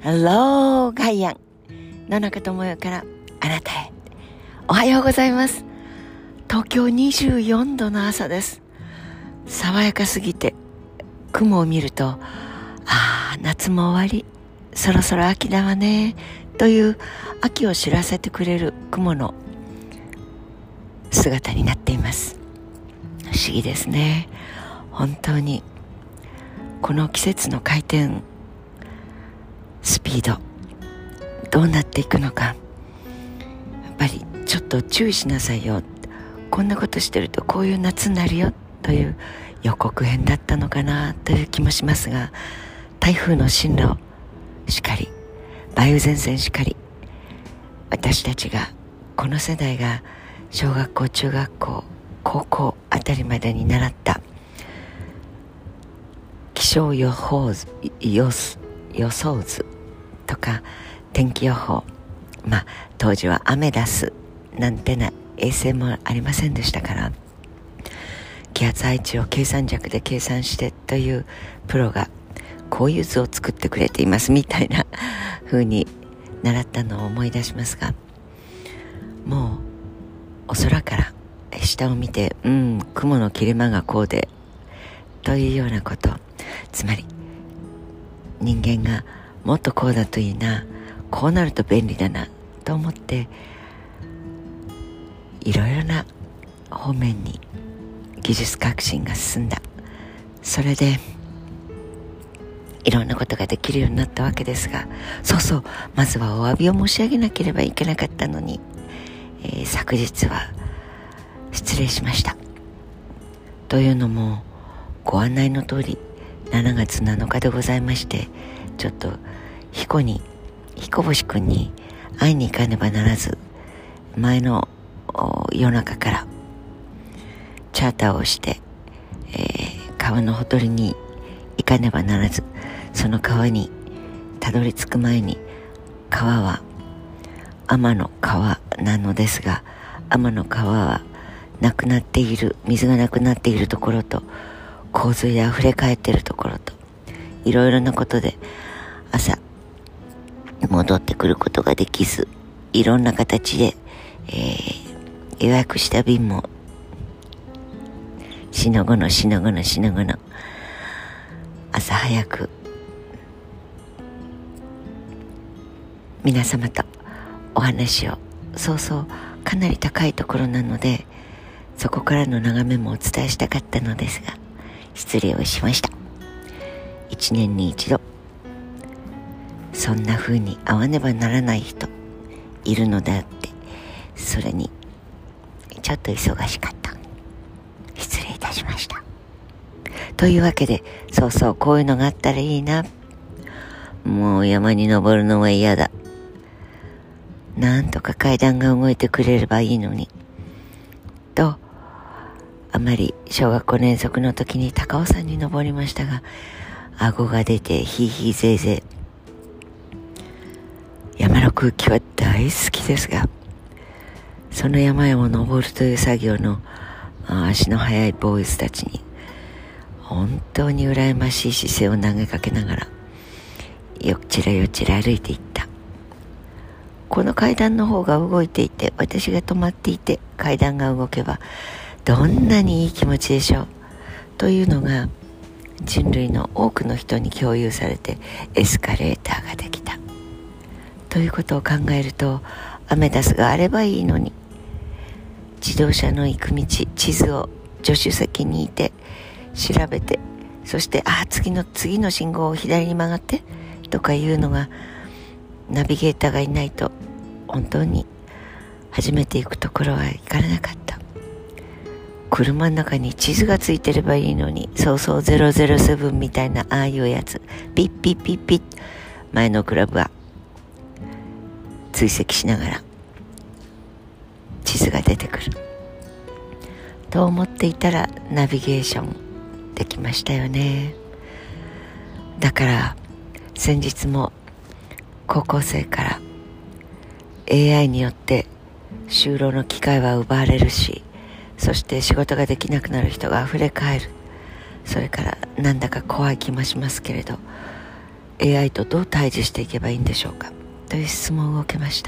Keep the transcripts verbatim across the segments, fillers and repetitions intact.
Hello ガイアン野中智代からあなたへ。おはようございます。東京にじゅうよんどの朝です。爽やかすぎて雲を見ると、ああ夏も終わり、そろそろ秋だわねという秋を知らせてくれる雲の姿になっています。不思議ですね。本当にこの季節の回転スピードどうなっていくのか、やっぱりちょっと注意しなさいよ、こんなことしてるとこういう夏になるよという予告編だったのかなという気もしますが、台風の進路しかり、梅雨前線しかり、私たちがこの世代が小学校中学校高校あたりまでに習った気象予報図予予想図とか天気予報、まあ当時はアメダスなんてな衛星もありませんでしたから、気圧配置を計算尺で計算してというプロがこういう図を作ってくれていますみたいな風に習ったのを思い出しますが、もうお空から下を見て、うん雲の切れ間がこうでというようなこと、つまり人間がもっとこうだといいな、こうなると便利だなと思っていろいろな方面に技術革新が進んだ。それでいろんなことができるようになったわけですが、そうそう、まずはお詫びを申し上げなければいけなかったのに、えー、昨日は失礼しました。というのもご案内の通りしちがつなのかでございまして、ちょっと彦に彦星くんに会いに行かねばならず、前の夜中からチャーターをして、えー、川のほとりに行かねばならず、その川にたどり着く前に、川は天の川なのですが、天の川はなくなっている、水がなくなっているところと、洪水であふれ返っているところと、いろいろなことで朝戻ってくることができず、いろんな形で、えー、予約した便もしのごのしのごのしのごの朝早く皆様とお話を、そうそうかなり高いところなので、そこからの眺めもお伝えしたかったのですが、失礼をしました。一年に一度そんな風に会わねばならない人いるのであって、それにちょっと忙しかった。失礼いたしました。というわけで、そうそうこういうのがあったらいいな、もう山に登るのは嫌だ、なんとか階段が動いてくれればいいのにと、あまり小学校遠足の時に高尾山に登りましたが、顎が出てヒーヒーゼーゼー、山の空気は大好きですが、その山々を登るという作業の足の速いボーイズたちに本当に羨ましい姿勢を投げかけながらよちらよちら歩いていった。この階段の方が動いていて、私が止まっていて階段が動けばどんなにいい気持ちでしょうというのが人類の多くの人に共有されて、エスカレーターができたということを考えると、アメダスがあればいいのに、自動車の行く道、地図を助手席にいて調べて、そしてああ次の次の信号を左に曲がってとかいうのが、ナビゲーターがいないと本当に初めて行くところは行かれなかった。車の中に地図がついてればいいのに、そうそうゼロゼロセブンみたいなああいうやつ、ピッピッピッピッ、前のクラブは追跡しながら地図が出てくると思っていたら、ナビゲーションできましたよね。だから先日も高校生から エーアイ によって就労の機会は奪われるし、そして仕事ができなくなる人があふれかえる。それからなんだか怖い気もしますけれど、 エーアイ とどう対峙していけばいいんでしょうかという質問を受けました。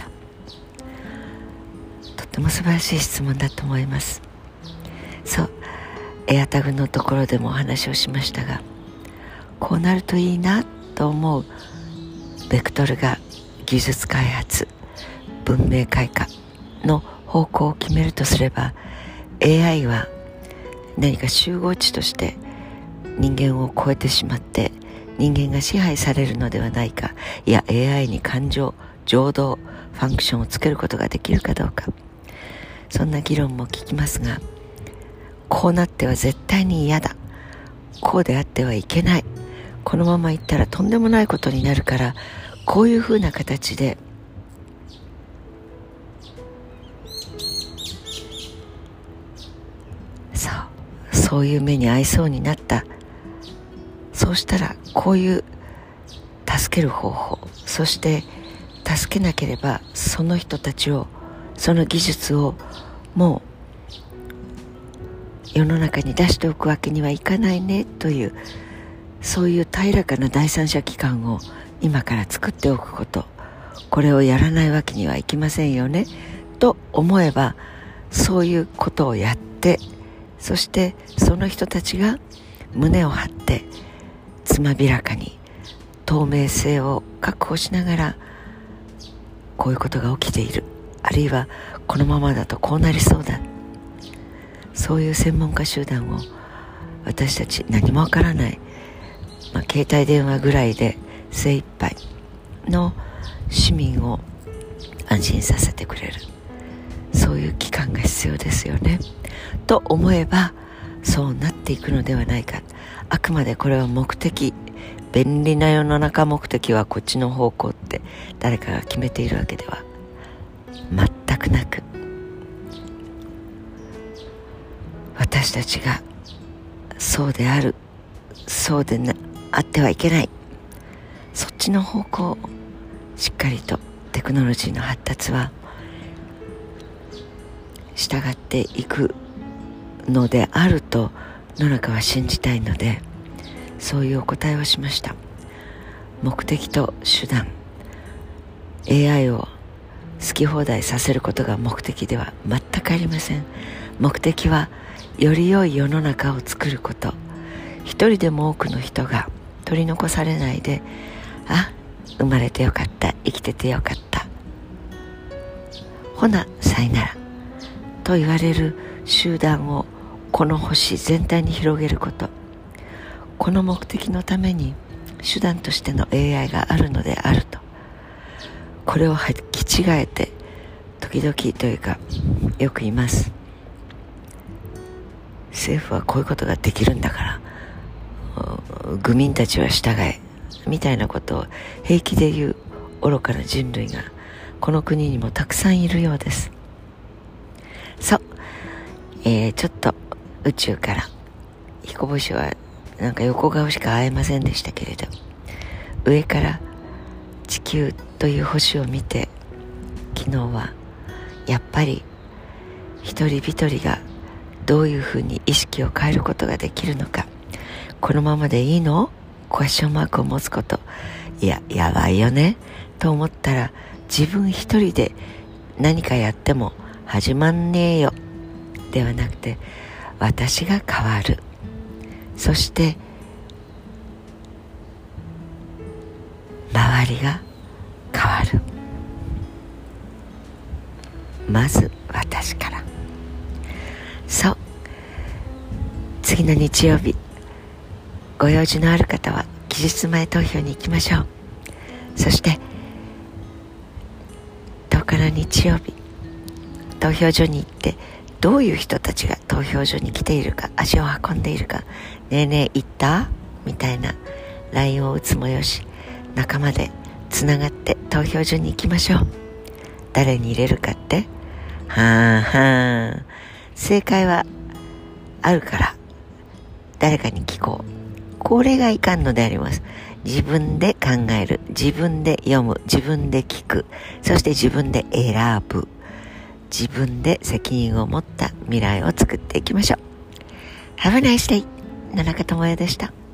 とっても素晴らしい質問だと思います。そう、エアタグのところでもお話をしましたが、こうなるといいなと思うベクトルが技術開発、文明開化の方向を決めるとすれば、 エーアイ は何か集合値として人間を超えてしまって人間が支配されるのではないか、いや エーアイ に感情、情動、ファンクションをつけることができるかどうか、そんな議論も聞きますが、こうなっては絶対に嫌だ、こうであってはいけない、このままいったらとんでもないことになるから、こういうふうな形でそうそういう目に遭いそうになった、そうしたらこういう助ける方法、そして助けなければその人たちを、その技術をもう世の中に出しておくわけにはいかないねという、そういう平らかな第三者機関を今から作っておくこと、これをやらないわけにはいきませんよねと思えば、そういうことをやって、そしてその人たちが胸を張ってつまびらかに透明性を確保しながら、こういうことが起きている、あるいはこのままだとこうなりそうだ、そういう専門家集団を私たち何もわからない、まあ、携帯電話ぐらいで精一杯の市民を安心させてくれる、そういう機関が必要ですよねと思えば、そうなっていくのではないか。あくまでこれは目的、便利な世の中目的はこっちの方向って誰かが決めているわけでは全くなく、私たちがそうである、そうでなあってはいけない、そっちの方向をしっかりとテクノロジーの発達は従っていくのであると野中は信じたいので、そういうお答えをしました。目的と手段、 エーアイ を好き放題させることが目的では全くありません。目的はより良い世の中を作ること、一人でも多くの人が取り残されないで、あ、生まれてよかった、生きててよかった、ほなさいならと言われる集団をこの星全体に広げること、この目的のために手段としての エーアイ があるのであると、これを履き違えて時々というかよく言います。政府はこういうことができるんだから愚民たちは従えみたいなことを平気で言う愚かな人類がこの国にもたくさんいるようです。そう、えー、ちょっと宇宙から彦星はなんか横顔しか会えませんでしたけれど、上から地球という星を見て、昨日はやっぱり一人一人がどういうふうに意識を変えることができるのか、このままでいいの？クエスチョンマークを持つこと、いややばいよねと思ったら、自分一人で何かやっても始まんねえよではなくて、私が変わる、そして周りが変わる、まず私から。そう、次の日曜日ご用事のある方は期日前投票に行きましょう。そしてとおかの日曜日投票所に行って、どういう人たちが投票所に来ているか、足を運んでいるか、ねえねえ行ったみたいな ライン を打つもよし、仲間でつながって投票所に行きましょう。誰に入れるかって、はーはー、正解はあるから誰かに聞こう、これがいかんのであります。自分で考える、自分で読む、自分で聞く、そして自分で選ぶ、自分で責任を持った未来を作っていきましょう。Have a nice day。野中智也でした。